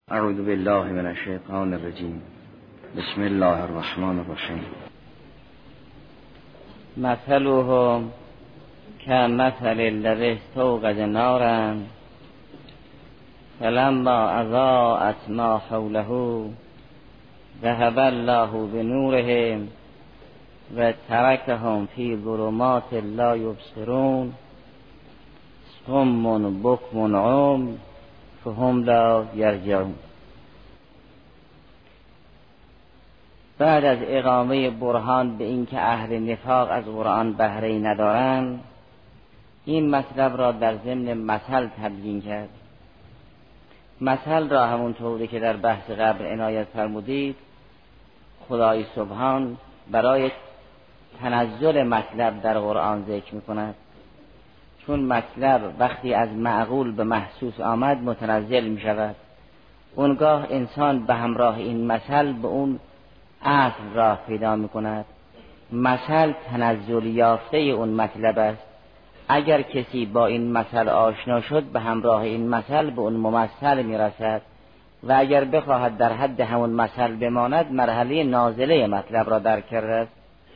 اعوذ بالله من الشیطان الرجیم. بسم الله الرحمن الرحیم. مثلهم كمثل الذي استوقد نارا فلما اضاءت ما حوله ذهب الله بنورهم وتركهم في ظلمات لا يبصرون صم بكم عمي فهم لا یرجعون. بعد از اقامه برهان به این که اهل نفاق از قرآن بهره‌ای ندارند، این مطلب را در ضمن مثل تبیین کرد. مثل را همون طوری که در بحث قبل عنایت فرمودید، خدای سبحان برای تنزل مطلب در قرآن ذکر می‌کند. چون مطلب وقتی از معقول به محسوس آمد متنزل می شود، اونگاه انسان به همراه این مثل به اون اصل راه پیدا می کند. مثل تنزل یافته اون مطلب است. اگر کسی با این مثل آشنا شد، به همراه این مثل به اون ممثل می رسد و اگر بخواهد در حد همون مثل بماند، مرحله نازله مطلب را درک کرده است.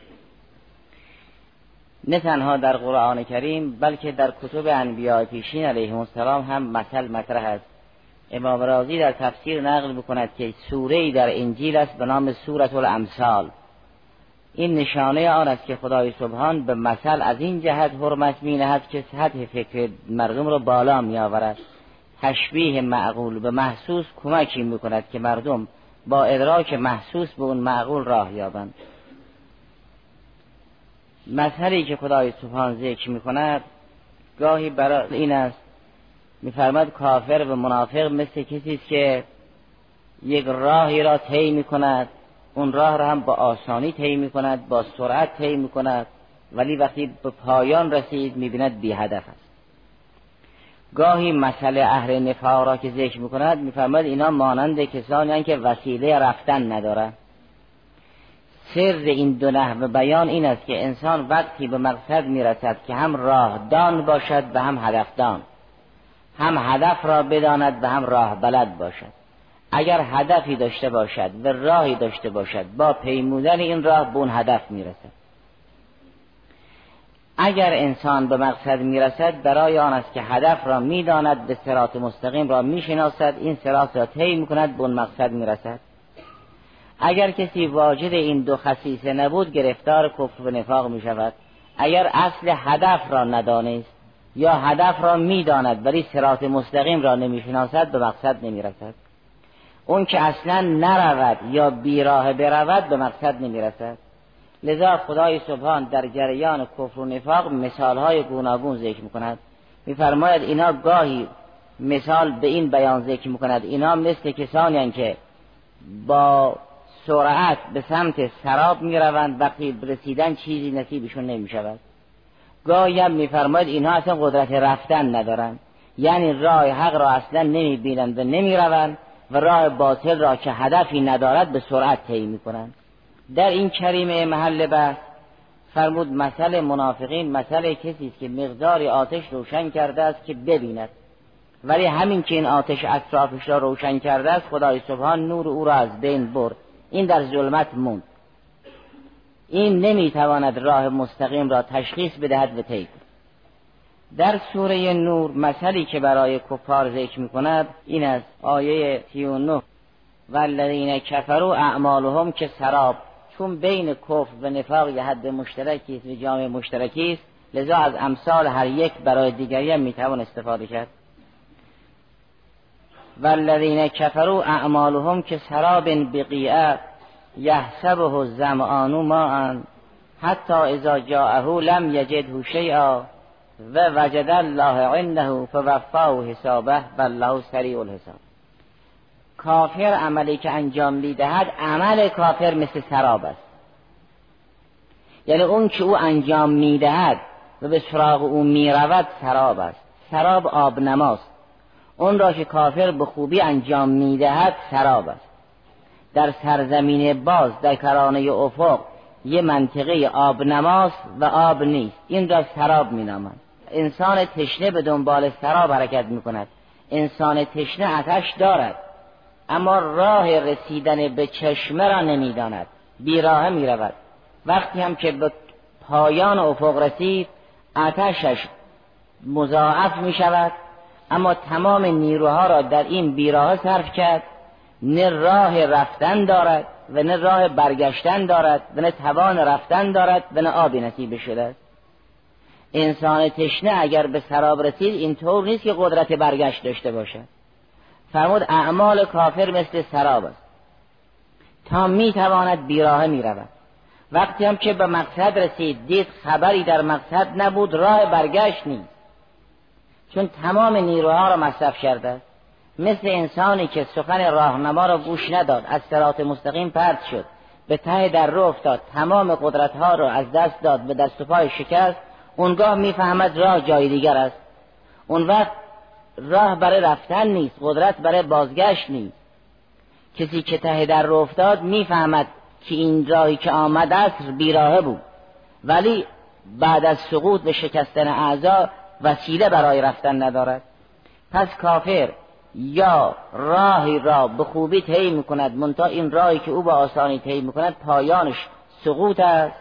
نه تنها در قرآن کریم بلکه در کتب انبیاء پیشین علیهم السلام هم مثل مطرح است. امام رازی در تفسیر نقل می‌کند که سوره‌ای در انجیل است به نام سورة الامثال. این نشانه آن است که خدای سبحان به مثل از این جهت حرمت می‌نهد که سطح فکر مردم را بالا می‌آورد. تشبیه معقول به محسوس کمکی می‌کند که مردم با ادراک محسوس به اون معقول راه یابند. مثلی که خدای سبحان ذکر می‌کند گاهی برای این است، می‌فرماید کافر و منافق مثل کسی است که یک راهی را طی می‌کند، اون راه را هم با آسانی طی می‌کند، با سرعت طی می‌کند، ولی وقتی به پایان رسید می‌بیند بی هدف است. گاهی مثل اهل نفاق را که ذکر می‌کند می‌فرماید اینا مانند کسانی هستند که وسیله رفتن ندارند. سر این دو نحو بیان این است که انسان وقتی به مقصد میرسد که هم راه دان باشد و هم هدف دان، هم هدف را بداند و هم راه بلد باشد. اگر هدفی داشته باشد و راهی داشته باشد، با پیمودن این راه به اون هدف میرسد. اگر انسان به مقصد میرسد، برای آن است که هدف را میداند، به صراط مستقیم را میشناسد، این صراط را طی میکند، به اون مقصد میرسد. اگر کسی واجد این دو خصیصه نبود، گرفتار کفر و نفاق می شود. اگر اصل هدف را ندانست یا هدف را می داند ولی صراط مستقیم را نمی شناسد، به مقصد نمی رسد. اون که اصلا نرود یا بیراه برود، به مقصد نمی رسد. لذا خدای سبحان در جریان کفر و نفاق مثالهای گوناگون ذکر می کند. می فرماید اینا گاهی مثال به این بیان ذکر می کند، اینا مثل کسانی هستند که با سرعت به سمت سراب می روند، وقتی رسیدن چیزی نصیبشون نمی شود. گاهی هم می فرماید اینها اصلا قدرت رفتن ندارند، یعنی راه حق را اصلا نمی بینند و نمی روند و راه باطل را که هدفی ندارد به سرعت طی می کنند. در این کریمه محل بحث فرمود مثل منافقین مثل کسی است که مقداری آتش روشن کرده است که ببیند، ولی همین که این آتش اطرافش را روشن کرده است، خدای سبحان نور او را از بین برد، این در ظلمت موند. این نمیتواند راه مستقیم را تشخیص بدهد و طی کند. در سوره نور مثلی که برای کفار ذکر می‌کند این است، آیه 39: والذین کفروا اعمالهم کسراب. چون بین کفر و نفاق یه حد مشترکی است و جامعه مشترکی است، لذا از امثال هر یک برای دیگری هم میتوان استفاده کرد. والذین کفروا اعمالهم کسراب بقیع یحسبه الظمآن ماء حتی اذا جاءه لم یجده شیئا و وجد الله عنده فوفاه حسابه والله سریع الحساب. کافر عملی که انجام میدهد، عمل کافر مثل سراب است. یعنی اون که او انجام میدهد و به سراغ او میرود سراب است. سراب آب نماست. اون را که کافر به خوبی انجام میدهد سراب است. در سرزمین باز در کرانه افق یه منطقه آب نماست و آب نیست، این را سراب مینامند. انسان تشنه به دنبال سراب حرکت میکند. انسان تشنه آتش دارد، اما راه رسیدن به چشمه را نمیداند، بیراه می رود. وقتی هم که به پایان افق رسید آتشش مضاعف می شود، اما تمام نیروها را در این بیراه صرف کرد، نه راه رفتن دارد و نه راه برگشتن دارد و نه توان رفتن دارد و نه آبی نصیب شده است. انسان تشنه اگر به سراب رسید اینطور نیست که قدرت برگشت داشته باشد. فرمود اعمال کافر مثل سراب است، تا می تواند بیراه می رود. وقتی هم که به مقصد رسید دید خبری در مقصد نبود، راه برگشت نیست، چون تمام نیروها را مصرف کرده است. مثل انسانی که سخن راهنما را گوش نداد، از صراط مستقیم پرت شد، به ته در رو افتاد، تمام قدرتها را از دست داد، به دست و پای شکست، اونگاه میفهمد راه جای دیگر است. اون وقت راه برای رفتن نیست، قدرت برای بازگشت نیست. کسی که ته در رو افتاد میفهمد که این راهی که آمد است بیراهه بود، ولی بعد از سقوط به شکستن اعضا وسیله برای رفتن ندارد. پس کافر یا راهی را به خوبی طی میکند، منتها این راهی که او با آسانی طی میکند پایانش سقوط است،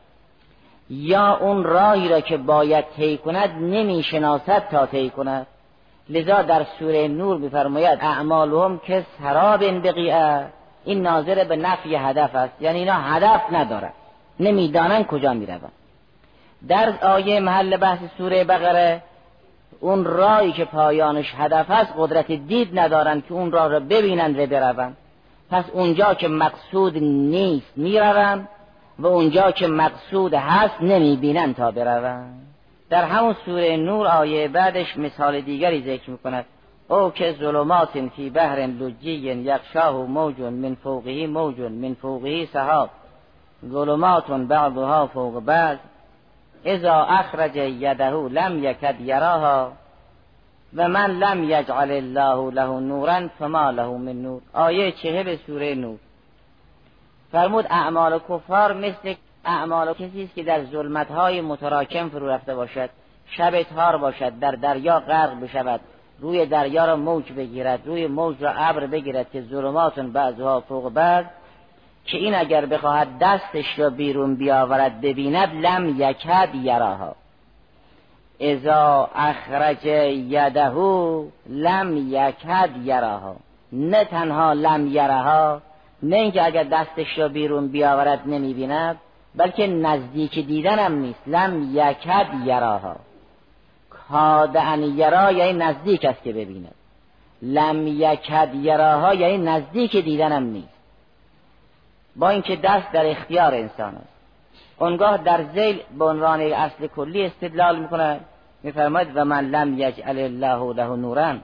یا اون راهی را که باید طی کند نمیشناسد تا طی کند. لذا در سوره نور میفرماید اعمالهم که سراب بقیعه، این ناظر به نفی هدف است، یعنی اینا هدف ندارد، نمیدانن کجا میروند. در آیه محل بحث سوره بقره اون راهی که پایانش هدف است قدرت دید ندارن که اون راه را ببینند و بروند. پس اونجا که مقصود نیست میروند و اونجا که مقصود هست نمیبینند تا بروند. در همون سوره نور آیه بعدش مثال دیگری ذکر میکند، او که ظلمات فی بحر لجی یغشاه موج من فوقه موج من فوقه سحاب ظلمات بعضها فوق بعض اذا اخرج یده لم یکد یراها و من لم یجعل الله له نورا فما له من نور. آیه 40 سوره نور. فرمود اعمال کفار مثل اعمال کسی است که در ظلمت‌های متراکم فرو رفته باشد، شب تار باشد، در دریا غرق بشود، روی دریا را موج بگیرد، روی موج را ابر بگیرد که ظلمات بعضها فوق بعض، که این اگر بخواهد دستش را بیرون بیاورد ببیند لم یکد یراها. اذا اخرج یده لم یکد یراها، نه تنها لم یراها، نه اینکه اگر دستش را بیرون بیاورد نمیبیند، بلکه نزدیک دیدن هم نیست. لم یکد یراها، کاد ان یرا یعنی نزدیک است که ببیند، لم یکد یراها یعنی نزدیک دیدن هم نیست. با اینکه دست در اختیار انسان است. اونگاه در ذیل به عنوان اصل کلی استدلال میکنه، میفرماید و من لم یجعل الله له نورا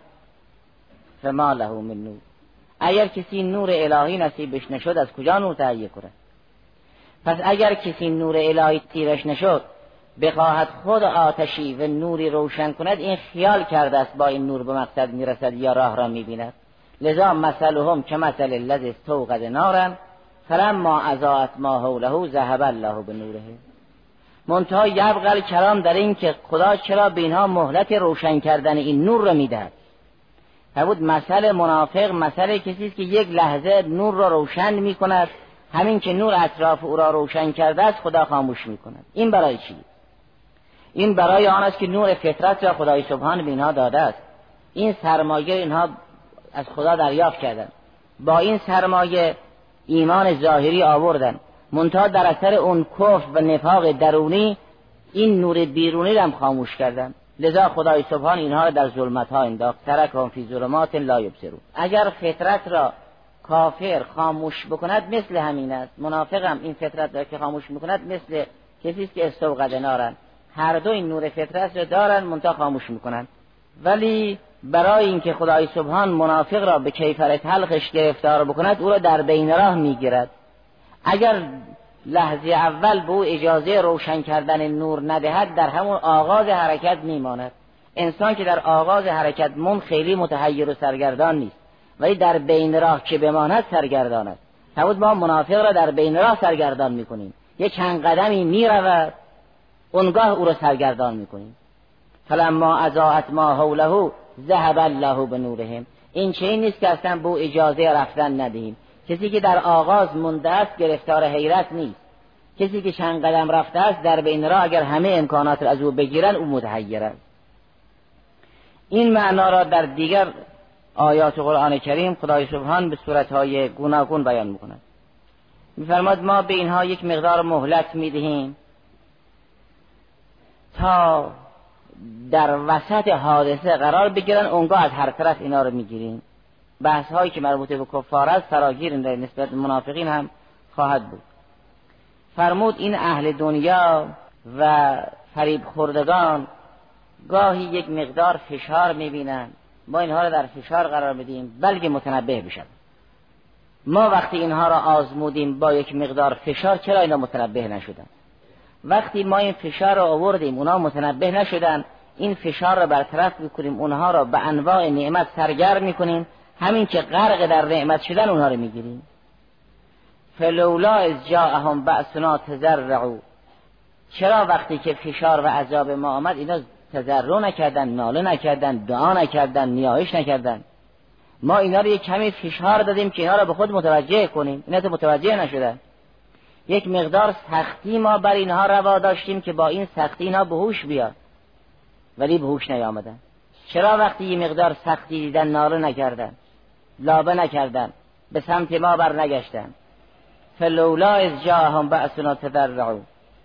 فما له من نور. اگر کسی نور الهی نصیبش نشد از کجا نور تهیه کنه؟ پس اگر کسی نور الهی تیرش نشد بخواهد خود آتشی و نوری روشن کند، این خیال کرده است با این نور به مقصد میرسد یا راه را میبیند. لذا مثلهم کمثل الذی استوقد نارا فلما اضاءت ما حوله ذهب الله بنوره. منتها یبقى الکلام در این که خدا چرا به اینها مهلت روشن کردن این نور را میدهد. فرمود مثل منافق مثل کسی است که یک لحظه نور را روشن میکند، همین که نور اطراف او را روشن کرده است خدا خاموش میکند. این برای چی؟ این برای آن است که نور فطرت را خدای سبحان به اینها داده است. این سرمایه اینها از خدا دریافت کردند، با این سرمایه ایمان ظاهری آوردن، منتها در اثر اون کفر و نفاق درونی این نور بیرونی را هم خاموش کردن. لذا خدای سبحان اینها را در ظلمت ها انداخت، ترکهم فی ظلمات لا یبصرون. اگر فطرت را کافر خاموش بکند مثل همین است، منافق هم این فطرت را که خاموش میکند مثل کسی است که استوقد نارن. هر دو این نور فطرت را دارن منتها خاموش میکنن. ولی برای اینکه خدای سبحان منافق را به کیفر تلخش گرفتار بکند او را در بین راه میگیرد. اگر لحظه اول به او اجازه روشن کردن نور ندهد در همون آغاز حرکت میماند. انسان که در آغاز حرکت خیلی متحیر و سرگردان نیست، ولی در بین راه که بماند سرگردان است. فرمود ما منافق را در بین راه سرگردان میکنیم، یک چند قدمی میرود اونگاه او را سرگردان میکنیم. فلما اضاءت ما حوله ذهب الله بنورهم. این چنین نیست که اصلا به اجازه رفتن ندهیم. کسی که در آغاز مونده است گرفتار حیرت نیست. کسی که چند قدم رفته است در بین راه اگر همه امکانات را از او بگیرن او متحیر است. این معنا را در دیگر آیات قرآن کریم خدای سبحان به صورتهای گوناگون بیان می‌کند. می‌فرماید ما به اینها یک مقدار مهلت می‌دهیم تا در وسط حادثه قرار بگیرن، اونگاه از هر طرف اینا رو می‌گیریم. بحث‌هایی که مربوط به کفار است فراگیر نسبت به منافقین هم خواهد بود. فرمود این اهل دنیا و فریب خوردگان گاهی یک مقدار فشار می‌بینن، ما اینها رو در فشار قرار بدیم بلکه متنبه بشن. ما وقتی اینها را آزمودیم با یک مقدار فشار، چرا اینا متنبه نشدن؟ وقتی ما این فشار را آوردیم اونها متنبه نشدن، این فشار را برطرف میکنیم، اونها را به انواع نعمت سرگرم میکنیم، همین که غرق در نعمت شدن اونها را میگیریم. فلولا اذ جاءهم بأسنا تضرعوا، چرا وقتی که فشار و عذاب ما آمد اینا تضرع نکردن، ناله نکردن، دعا نکردن، نیایش نکردن؟ ما اینا رو یک کمی فشار دادیم که اینا رو به خود متوجه کنیم، اینا تو متوجه نشدن. یک مقدار سختی ما بر اینها روا داشتیم که با این سختی اینا به هوش بیاد، ولی به هوش نیامدن. چرا وقتی یه مقدار سختی دیدن ناله نکردن، لابه نکردن، به سمت ما بر نگشتن؟ فلولا اذ جاءهم بأسنا تضرعوا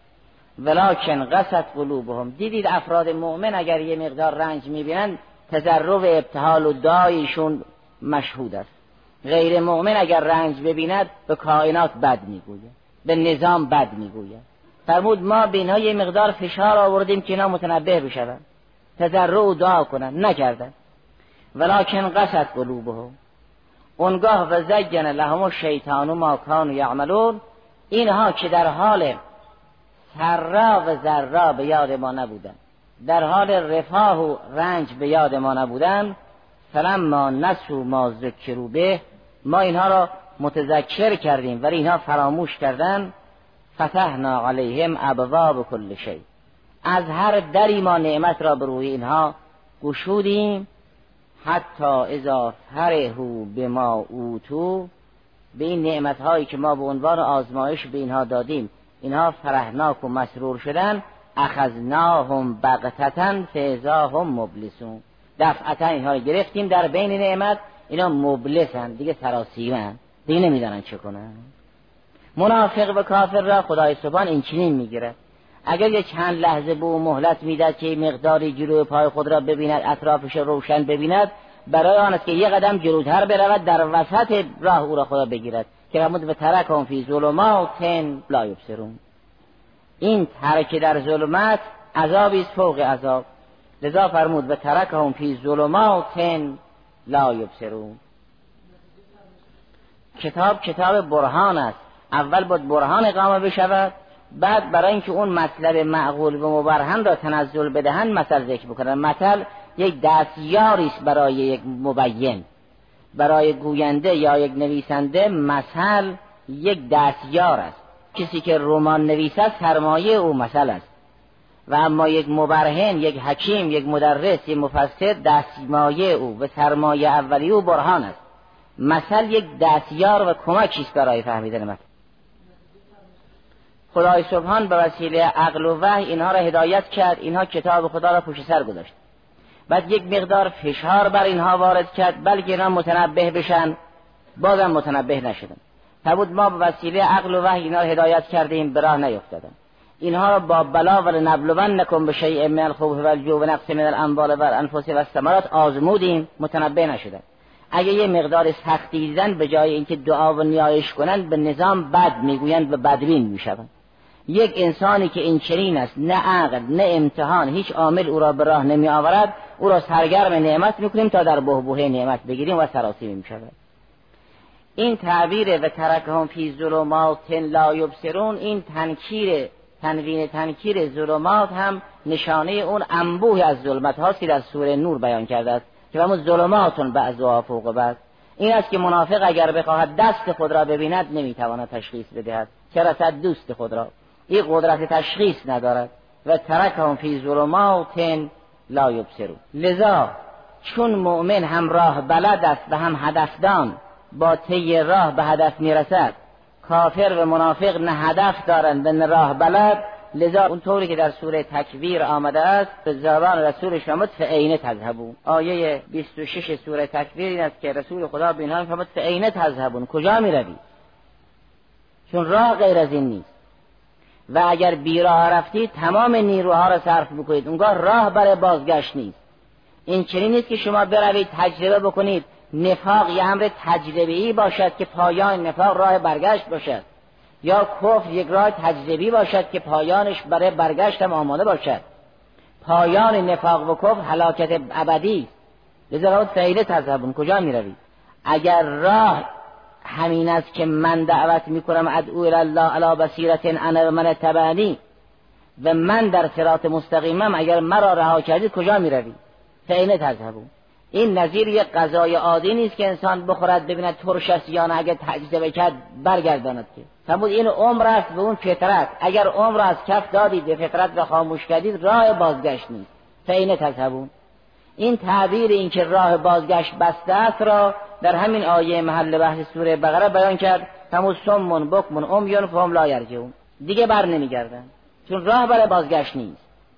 ولکن قست قلوبهم. دیدید افراد مؤمن اگر یه مقدار رنج میبینن تضرع و ابتحال و دعایشون مشهود است. غیر مؤمن اگر رنج ببیند به کائنات بد میگوید، به نظام بد میگوید. فرمود ما به اینها یه مقدار فشار آوردیم که اینا متنبه بشن، تضرع و دعا کنن، نکردن. ولکن قست قلوبهم، اونگاه و زین لهم الشیطان ما کانوا یعملون، اینها که در حال سرا و ضرا به یاد ما نبودن، در حال رفاه و رنج به یاد ما نبودن، فلما نسوا ما ذکروا به، ما اینها را متذکر کردیم ولی اینها فراموش کردن. فتحنا علیهم ابواب کل شیء، از هر دری ما نعمت را به روی اینها گشودیم. حتی اذا فرحوا بما اوتوا، به این نعمت هایی که ما به عنوان آزمایش به اینها دادیم اینها فرحناک و مسرور شدن. اخذناهم بغتة فاذا هم مبلسون، دفعتا اینها رو گرفتیم در بین نعمت، اینا مبلسن، دیگه سراسیمن، دیگه نمیدونن چه کنن. منافق و کافر را خدای سبحان این چنین میگیره. اگر یه چند لحظه به او مهلت میداد که مقداری جلوی پای خود را ببیند، اطرافش روشن ببیند، برای آن است که یه قدم جلوتر برود، در وسط راه او را خدا بگیرد که فرمود و ترکهم فی ظلمات لا یبصرون. این ترک در ظلمت عذابی است فوق عذاب، لذا فرمود و ترکهم فی ظلمات لا یبصرون. کتاب برهان است. اول باید برهان اقامه بشود، بعد برای اینکه اون مطلب معقول و مبرهن را تنزل بدهن مثل ذکر بکنن. مثل یک دستیاری است برای یک مبین، برای گوینده یا یک نویسنده مثل یک دستیار است. کسی که رمان نویسد سرمایه او مثل است، و اما یک مبرهن، یک حکیم، یک مدرس، یک مفسر دستمایه او و سرمایه اولی او برهان است. مثل یک دستیار و کمکی است برای فهمیدن مطلب. خدای سبحان به وسیله عقل و وحی اینها را هدایت کرد، اینها کتاب خدا را پشت سر گذاشت. بعد یک مقدار فشار بر اینها وارد کرد بلکه اینها متنبه بشن، بازم متنبه نشدن. فرمود ما به وسیله عقل و وحی اینها را هدایت کردیم، به راه نیفتادن. اینها را با بلا ولنبلونکم بشیء من الخوف والجوع ونقص من الاموال والانفس والثمرات آزمودیم، متنبه نشدن. اگه یه مقدار سختی دیدن به جای اینکه دعا و نیایش کنند به نظام بد میگویند و بدبین میشوند. یک انسانی که این چنین است، نه عقل نه امتحان، هیچ عامل او را به راه نمی آورد، او را سرگرم نعمت میکنیم تا در بحبوحه نعمت بگیریم و سراسیمه میشود. این تعبیر و ترکهم فی ظلمات لا یبصرون، این تنوین تنکیر ظلمات هم نشانه اون انبوه از ظلمت هاست که در سوره نور بیان کرده است که همون ظلمات بعضها فوق بعض. این است که منافق اگر بخواهد دست خود را ببیند نمیتواند تشخیص بدهد، چه رسد دوست خود را. این قدرت تشخیص ندارد. و ترکهم فی ظلمات لا یبصرون. لذا چون مؤمن هم راه بلد است و هم هدفدان با طی راه به هدف میرسد، کافر و منافق نه هدف دارند و نه راه بلد، لذا اونطوری که در سوره تکویر آمده است به زبان رسول شما فأین تذهبون. آیه 26 سوره تکویر این است که رسول خدا به اینها فرمود فأین تذهبون، کجا میروید؟ چون راه غیر از این نیست و اگر بی راه رفتید تمام نیروها را صرف بکنید، اونگاه راه برای بازگشت نیست. این چنین نیست که شما بروید تجربه بکنید نفاق یه امر تجربه‌ای باشد که پایان نفاق راه برگشت باشد، یا کفر یک راه تجربی باشد که پایانش برای برگشت هم آماده باشد. پایان نفاق و کفر هلاکت ابدی. لذا فأین تذهبون، کجا میروید؟ اگر راه همین است که من دعوت میکنم ادعو الی الله علی بصیرة انا و من تبعنی و من در صراط مستقیمم، اگر مرا رها کردید کجا میروید؟ فأین تذهبون. این نظیر یک غذای عادی نیست که انسان بخورد ببیند ترش است یا نه، اگر تجربه کرد برگرداند که فرمود این عمر است به اون فطرت، اگر عمر از کف دادید به فطرت و خاموش کردید راه بازگشت نیست. فأین تذهبون. این تعبیر این که راه بازگشت بسته است را در همین آیه محل بحث سوره بقره بیان کرد. فرمود صم بکم عمی فهم لا یرجعون، دیگه بر نمیگردن چون راه برای بازگشت نیست.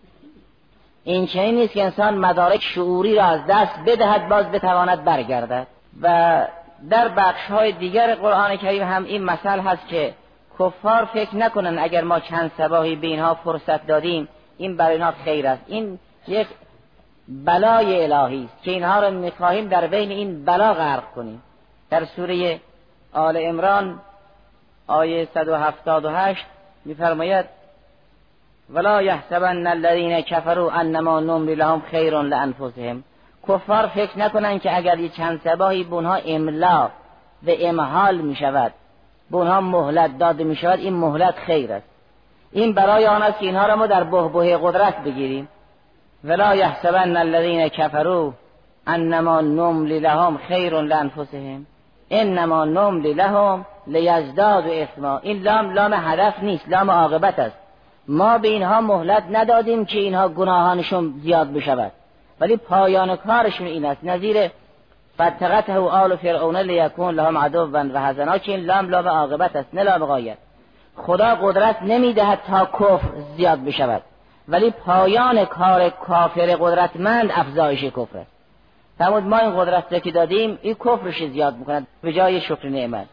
این چنین نیست که انسان مدارک شعوری را از دست بدهد باز بتواند برگردد. و در بخش‌های دیگر قرآن کریم هم این مسئله هست که کفار فکر نکنن اگر ما چند صباحی به اینها فرصت دادیم این برای اینها خیر است. این یک بلای الهی است که اینها را می‌خواهیم در بین این بلا غرق کنیم. در سوره آل عمران آیه 178 می‌فرماید ولا یحسبن الذین کفروا انما نملی لهم خیر لانفسهم. کفار فکر نکنن که اگر یه چند صباحی به اونها املا و امهال می شود، به اونها مهلت داده می شود، این مهلت خیر است. این برای آن است که اینها را ما در بحبوح قدرت بگیریم. ولا یحسبن الذین کفروا انما نملی لهم خیر لانفسهم انما نملی لهم لیزدادوا اثما. این لام هدف نیست، لام عاقبت است. ما به اینها مهلت ندادیم که اینها گناهانشون زیاد بشود، ولی پایان کارشون این است. نظیر فتقته آل فرعون لیکون لهم عدوا و حزنا، که این لام عاقبت است نه لام غایت. خدا قدرت نمیدهد تا کفر زیاد بشود، ولی پایان کار کافر قدرتمند افزایش کفر است. فرمود ما این قدرت که دادیم این کفرش زیاد میکند به جای شکر نعمت.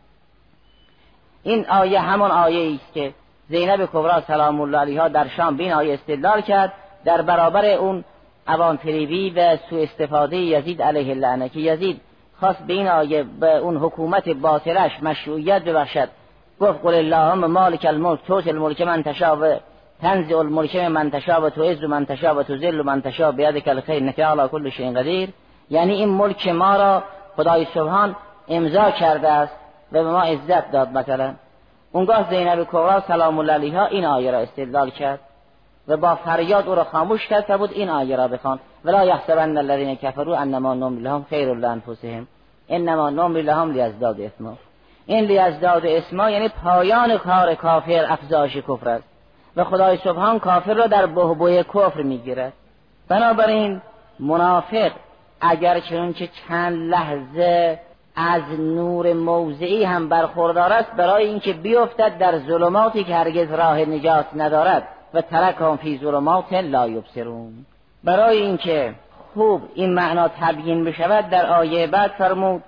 این آیه همان آیه است که زینب کبری سلام الله علیها در شام به این آیه استدلال کرد در برابر اون اوانفریبی و سوء استفاده یزید علیه اللعنه که یزید خواست به این آیه به اون حکومت باطلش مشروعیت ببخشد. گفت قل اللهم مالک الملک تؤتی الملک من تشاء و تنزع الملک من تشاء و تعز من تشاء و تذل من تشاء بیدک الخیر انک علی کل شیء قدیر. یعنی این ملک ما را خدای سبحان امضا کرده است و به ما عزت داد. مثلا اونگاه زینب کبری سلام الله علیها این آیه را استدلال کرد و با فریاد او را خاموش کرد. فرمود این آیه را بخوان ولا یحسبن الذین کفروا انما نملی لهم خیر لانفسهم انما نملی لهم لیزدادوا اثما. این لیزدادوا اثما یعنی پایان کار کافر افزایش کفر است و خدای سبحان کافر را در بحبوح کفر میگیرد. بنابراین منافق اگر چنانچه چند لحظه از نور موضعی هم برخوردار است برای اینکه بیفتد در ظلماتی که هرگز راه نجات ندارد و ترکهم فی ظلمات لا یبصرون. برای اینکه خوب این معنا تبیین بشود در آیه بعد فرمود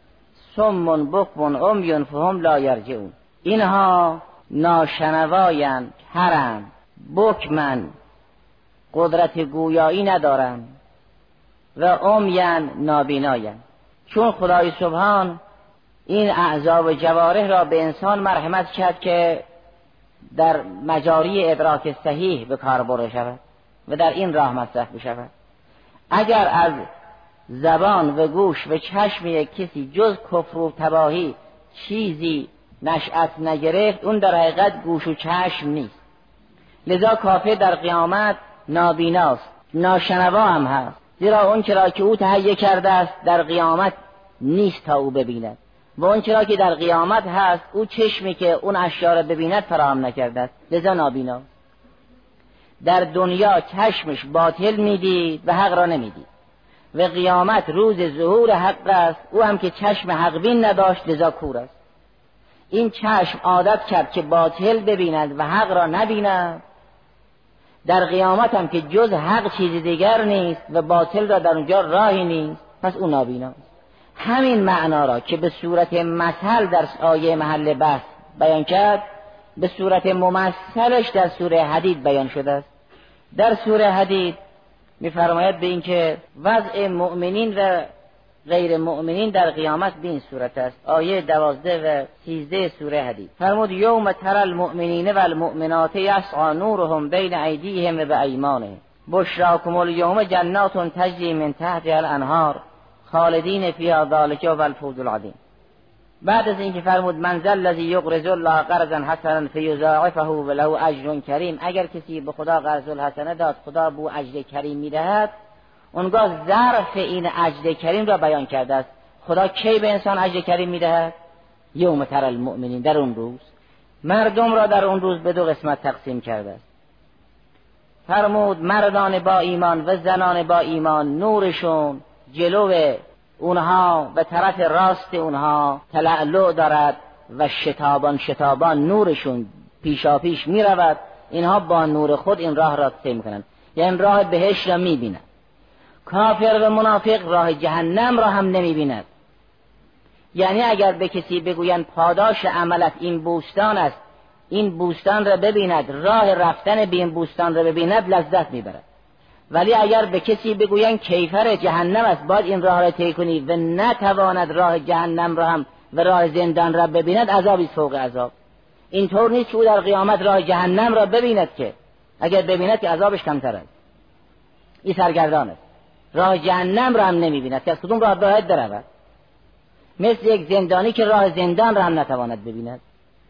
صم بکم عمی فهم لا یرجعون. اینها ناشنوایند، هرند، بکمن، قدرت گویایی ندارند و عمیان، نابینایند. چون خدای سبحان این اعضا و جوارح را به انسان مرحمت کرد که در مجاری ادراک صحیح به کار برده شود و در این راه مصرف بشود. اگر از زبان و گوش و چشم یک کسی جز کفر و تباهی چیزی نشأت نگرفت اون در حقیقت گوش و چشم نیست. لذا کافر در قیامت نابیناست، ناشنوا هم هست، زیرا اون چرا که او تهیه کرده است در قیامت نیست تا او ببیند و اون چرا که در قیامت هست او چشمی که اون اشیاء را ببیند فراهم نکرده است، لذا نابینا. در دنیا چشمش باطل میدید و حق را نمیدید و قیامت روز ظهور حق است، او هم که چشم حق بین نداشت لذا کور است. این چشم عادت کرد که باطل ببیند و حق را نبیند، در قیامت هم که جز حق چیز دیگر نیست و باطل را در اونجا راهی نیست، پس او نابیناست. همین معنا را که به صورت مثل در آیه محل بحث بیان کرد، به صورت ممثلش در سوره حدید بیان شده است. در سوره حدید می‌فرماید به این که وضع مؤمنین و غیر مؤمنین در قیامت به این صورت است. آیه 12 و 13 سوره حدید فرمود یوم تری المؤمنین و المؤمنات یسعی نورهم بین ایدیهم و بایمانهم بشراکم الیوم جنات تجری من تحتها الانهار خالدین فیها ذلک هو الفوز العظیم. بعد از اینکه فرمود من ذا الذی یقرض الله قرضا حسنا فیضاعفه وله اجر کریم، اگر کسی به خدا قرض الحسنه داد خدا به او اجر کریم میدهد، اونگاه ظرف این اجر کریم را بیان کرده است. خدا کی به انسان اجر کریم میدهد؟ یوم تری المؤمنین، در اون روز مردم را در اون روز به دو قسمت تقسیم کرده است. فرمود مردان با ایمان و زنان با ایمان نورشون جلو اونها و طرف راست اونها تلألؤ دارد و شتابان نورشون پیشا پیش می رود. اینها با نور خود این راه را طی می کنند، یعنی راه بهشت را می بیند. کافر و منافق راه جهنم را هم نمی بیند. یعنی اگر به کسی بگویند پاداش عملت این بوستان است، این بوستان را ببیند، راه رفتن به این بوستان را ببیند، لذت می برد. ولی اگر به کسی بگوین کیفر جهنم است، باید این راه را طی کنی و نتواند راه جهنم را هم و راه زندان را ببیند، عذابی فوق عذاب. اینطور نیست که او در قیامت راه جهنم را ببیند، که اگر ببیند که عذابش کمتر است. این سرگردان است، راه جهنم را هم نمیبیند که از کدوم راه باید برود، مثل یک زندانی که راه زندان را هم نتواند ببیند.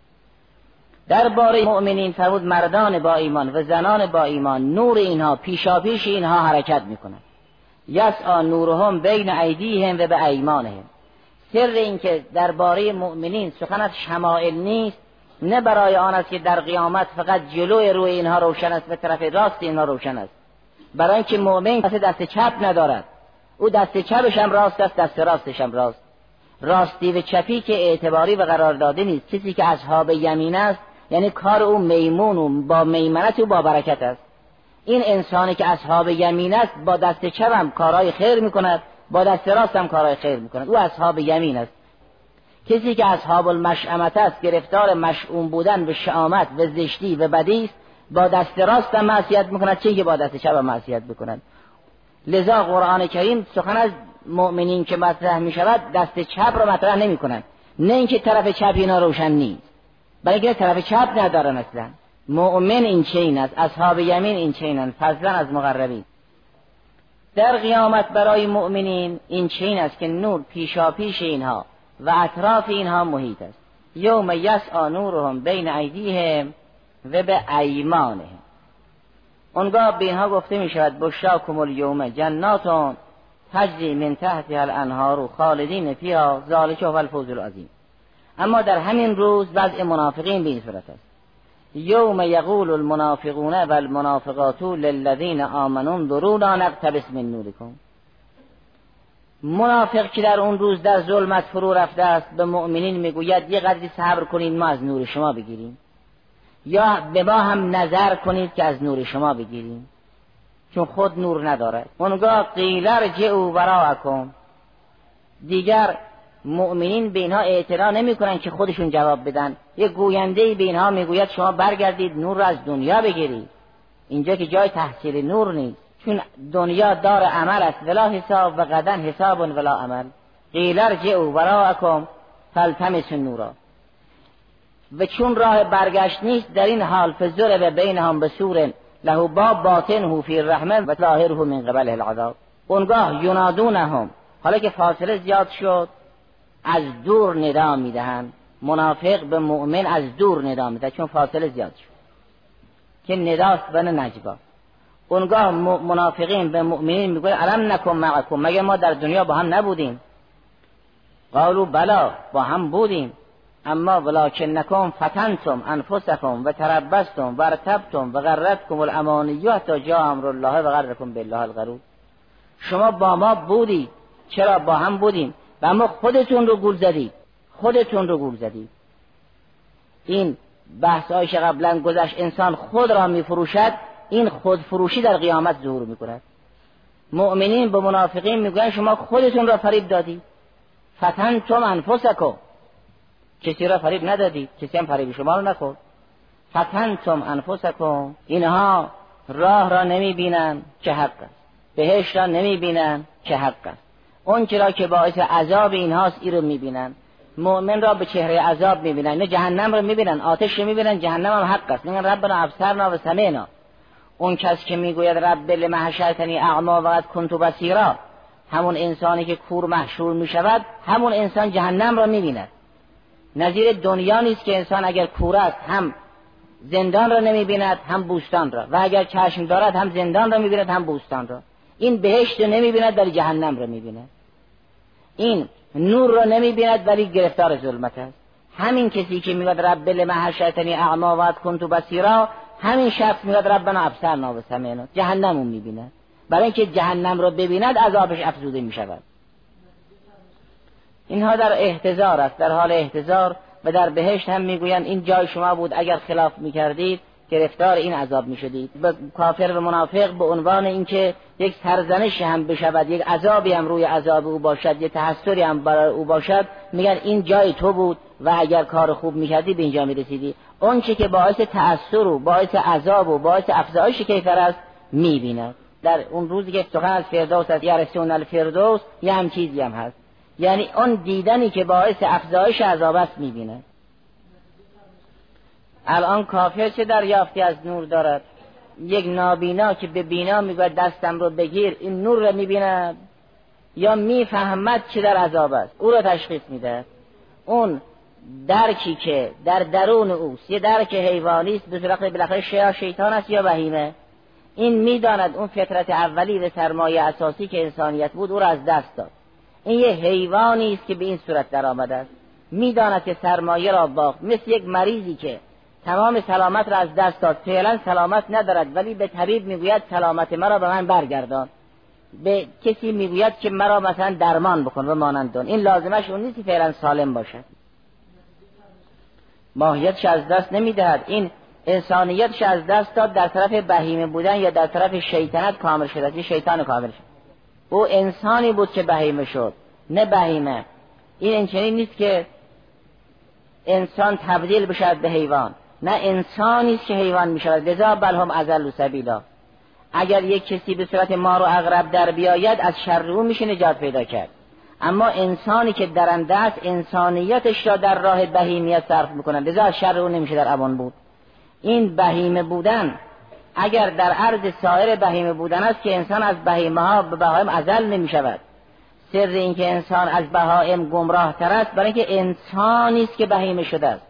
درباره مؤمنین فرمود مردان با ایمان و زنان با ایمان نور اینها پیشا پیش اینها حرکت میکند. یسعی نورهم بین ایدیهم و بایمانهم. سر این که درباره مؤمنین سخن از شمائل نیست، نه برای آن است که در قیامت فقط جلوی روی اینها روشن است و طرف راست اینها روشن است، برای اینکه مؤمن دست چپ ندارد، او دست چپش هم راست است، دست راستش هم راست. راستی و چپی که اعتباری و قرار داده نیست. کسی که اصحاب یمین است یعنی کار او میمون و با میمنت و با برکت است. این انسانی که اصحاب یمین است با دست چپ هم کارهای خیر میکند، با دست راست هم کارهای خیر میکند، او اصحاب یمین است. کسی که اصحاب المشأمت است، گرفتار مشؤوم بودن به شامت و زشتی و بدی است، با دست راست هم معصیت میکند، چه که با دست چپ هم معصیت بکند. لذا قرآن کریم سخن از مؤمنین که مطرح میشود دست چپ را مطرح نمیکنند، نه اینکه طرف چپ اینا روشن نیست، بلکه طرف چپ ندارن. اصلا مؤمن این چین است، اصحاب یمین این چینند، فضلا از مقربین. در قیامت برای مؤمنین این چین است که نور پیشا پیش اینها و اطراف اینها محیط است. یوم یسعی نورهم بین ایدیهم و بایمانهم. اونگاه به اینها گفته می شود بشراکم الیوم جنات تجری من تحتها الانهار خالدین فیها ذلک هو الفوز العظیم. اما در همین روز وضع منافقین به این صورت است. یوم یقول المنافقون والمنافقات للذین آمنوا انظرونا نقتبس من نورکم. منافق که در اون روز در ظلمت فرو رفته است به مؤمنین میگوید یه قدری صبر کنید ما از نور شما بگیریم، یا به ما هم نظر کنید که از نور شما بگیریم، چون خود نور ندارد. اونگاه قیل ارجعوا وراءکم. دیگر مؤمنین به اینها اعتراض نمی کنن که خودشون جواب بدن. یک گوینده به اینها میگوید شما برگردید نور را از دنیا بگیرید، اینجا که جای تحصیل نور نیست، چون دنیا دار عمل است، ولا حساب و غدا حساب ولا عمل. قیل ارجعوا وراءکم فالتمسوا نورا. و چون راه برگشت نیست در این حال فضرب بینهم بسور له باب باطنه فی الرحمه و ظاهره من قبله العذاب. اونگاه ینادونهم، حالا که فاصله زیاد شد از دور ندا میدهند. منافق به مؤمن از دور ندا میده چون فاصله زیاد شد، که نداست و نه نجوا. اونگاه منافقین به مؤمنین میگوید الم نکن معکم، مگه ما در دنیا با هم نبودیم؟ قالوا بلا، با هم بودیم، اما ولکنکم فتنتم انفسکم و تربستم و ارتبتم و غرتکم الامانی حتی جاء امر الله و غرکم بالله الغرور. شما با ما بودید، چرا با هم بودیم و اما خودتون رو گول زدید، خودتون رو گول زدید. این بحثایی که قبلا گذشت انسان خود را میفروشد، این خودفروشی در قیامت ظهور میکند. مؤمنین به منافقین میگویند شما خودتون را فریب دادید. فتنتم انفسکم، کسی را فریب ندادید، کسی هم فریب شما را نخورد. فتنتم انفسکم، اینها راه را نمیبینن که حق است، بهشت را نمیبینن که حق است، اون چرا که باعث عذاب اینهاست این رو میبینن. مؤمن را به چهره عذاب میبینن، نه جهنم رو میبینن، آتش رو میبینن، جهنم هم حق است. میگن ربنا ابصرنا و سمعنا. اون کس که میگوید رب لم حشرتنی اعمی وقد کنت بصیرا، همون انسانی که کور محشور میشود، همون انسان جهنم را میبیند. نظیر دنیا نیست که انسان اگر کور است هم زندان را نمیبیند هم بوستان را، و اگر چشم دارد هم زندان را میبیند هم بوستان را. این بهشت را نمیبیند ولی جهنم را میبیند. این نور را نمیبیند ولی گرفتار ظلمت است. همین کسی که میگه رب لم حشرتنی اعمی وقد کنت بصیرا، همین شخص میگه ربنا ابصرنا و سمعنا، جهنم رو میبیند. برای اینکه جهنم رو ببیند عذابش افزوده میشود. اینها در احتضار است، در حال احتضار. و در بهشت هم میگویند این جای شما بود، اگر خلاف میکردید گرفتار این عذاب میشدید. به کافر و منافق به عنوان اینکه یک سرزنش هم بشود، یک عذابی هم روی عذاب او باشد، یک تحسری هم برای او باشد، میگن این جای تو بود و اگر کار خوب میکردی به اینجا میرسیدی. اون چی که باعث تأثیر و باعث عذاب و باعث افزایش کیفر است میبیند. در اون روزی که سخن از فردوس است، یرثون الفردوس، یه هم چیزی هم هست، یعنی اون دیدنی که باعث افزایش عذاب است میبینه. الان کافر چه دریافتی از نور دارد؟ یک نابینا که به بینا میگه دستم رو بگیر، این نور رو میبیند یا میفهمد که در عذاب است، او رو تشخیص میده. اون درکی که در درون اوست، یه درک حیوانی است، به صورت بالاخره یا شیطان است یا بهیمه. این میداند اون فطرت اولی و سرمایه اساسی که انسانیت بود او را از دست داد. این یه حیوانی است که به این صورت در آمده است، میداند که سرمایه را باخت، مثل یک مریضی که تمام سلامت را از دست داد، فعلا سلامت ندارد ولی به طبیب میگوید سلامت مرا به من برگردان، به کسی میگوید که مرا مثلا درمان بکن و مانند اون. این لازمش اون نیست که فعلا سالم باشد، ماهیتش از دست نمیدهد. این انسانیتش از دست داد در طرف بهیمه بودن یا در طرف شیطنت کامل شد، شیطان کامل شد. او انسانی بود که بهیمه شد، نه بهیمه. این چنین نیست که انسان تبدیل بشود به حیوان، نه انسانی است که حیوان میشود. لذا بل هم اضل سبیلا. اگر یک کسی به صورت مار و عقرب در بیاید از شر او میشه نجات پیدا کرد، اما انسانی که درنده است انسانیتش را در راه بهیمیت صرف میکنند، لذا از شر او نمیشه در امان بود. این بهیمه بودن اگر در عرض سایر بهیمه بودن است که انسان از بهیمه ها به بهایم اضل نمیشود. سر این که انسان از بهایم گمراه تر است برای اینکه انسانی است که بهیمه شده است،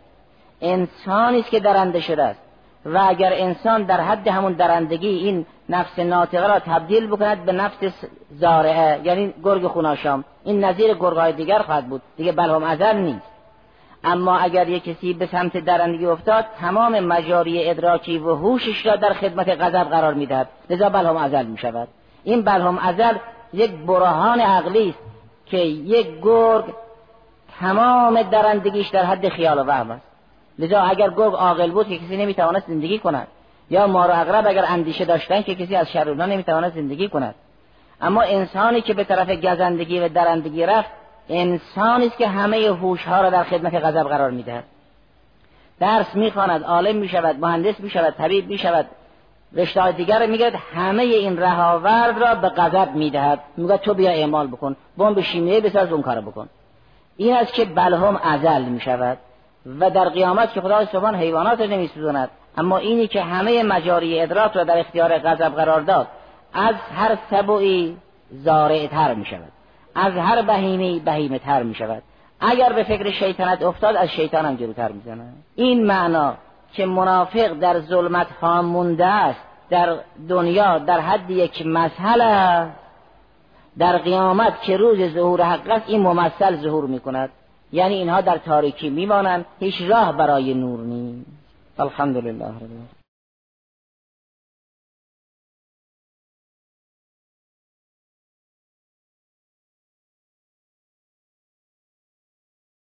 انسانی است که درنده شده است. و اگر انسان در حد همون درندگی این نفس ناطقه را تبدیل بکند به نفس زارعه، یعنی گرگ خوناشام، این نظیر گرگ‌های دیگر خواهد بود دیگه، بلهم اضل نیست. اما اگر یک کسی به سمت درندگی افتاد تمام مجاری ادراکی و هوشش را در خدمت غضب قرار میدهد، لذا بلهم اضل میشود. این بلهم اضل یک برهان عقلی است که یک گرگ تمام درندگیش در حد خیال و وهم است. لذا اگر گرگ عاقل بود که کسی نمیتواند زندگی کند، یا مار و عقرب اگر اندیشه داشتن که کسی از شر اونها نمیتواند زندگی کند. اما انسانی که به طرف گزندگی و درندگی رفت انسانی است که همه هوش‌ها را در خدمت غضب قرار میدهد. درس میخواند، عالم میشود، مهندس میشود، طبیب میشود، رشته دیگر میگیرد، همه این رهاورد را به غضب میدهد، میگه تو بیا اعمال بکن، بمب شیمیایی بساز، اون کارو بکن. این است که بلهم اضل میشود. و در قیامت که خدای سبحان حیوانات را نمیسوزاند، اما اینی که همه مجاری ادراک را در اختیار غضب قرار داد از هر سبوی زارع تر میشود، از هر بهیمی بهیمه تر میشود. اگر به فکر شیطنت افتاد از شیطان هم جلوتر میزنه. این معنا که منافق در ظلمت ها مونده است در دنیا در حد یک مسئله، در قیامت که روز ظهور حق است این ممثل ظهور میکند، یعنی اینها در تاریکی میمانند، هیچ راه برای نور نیست. الحمدلله.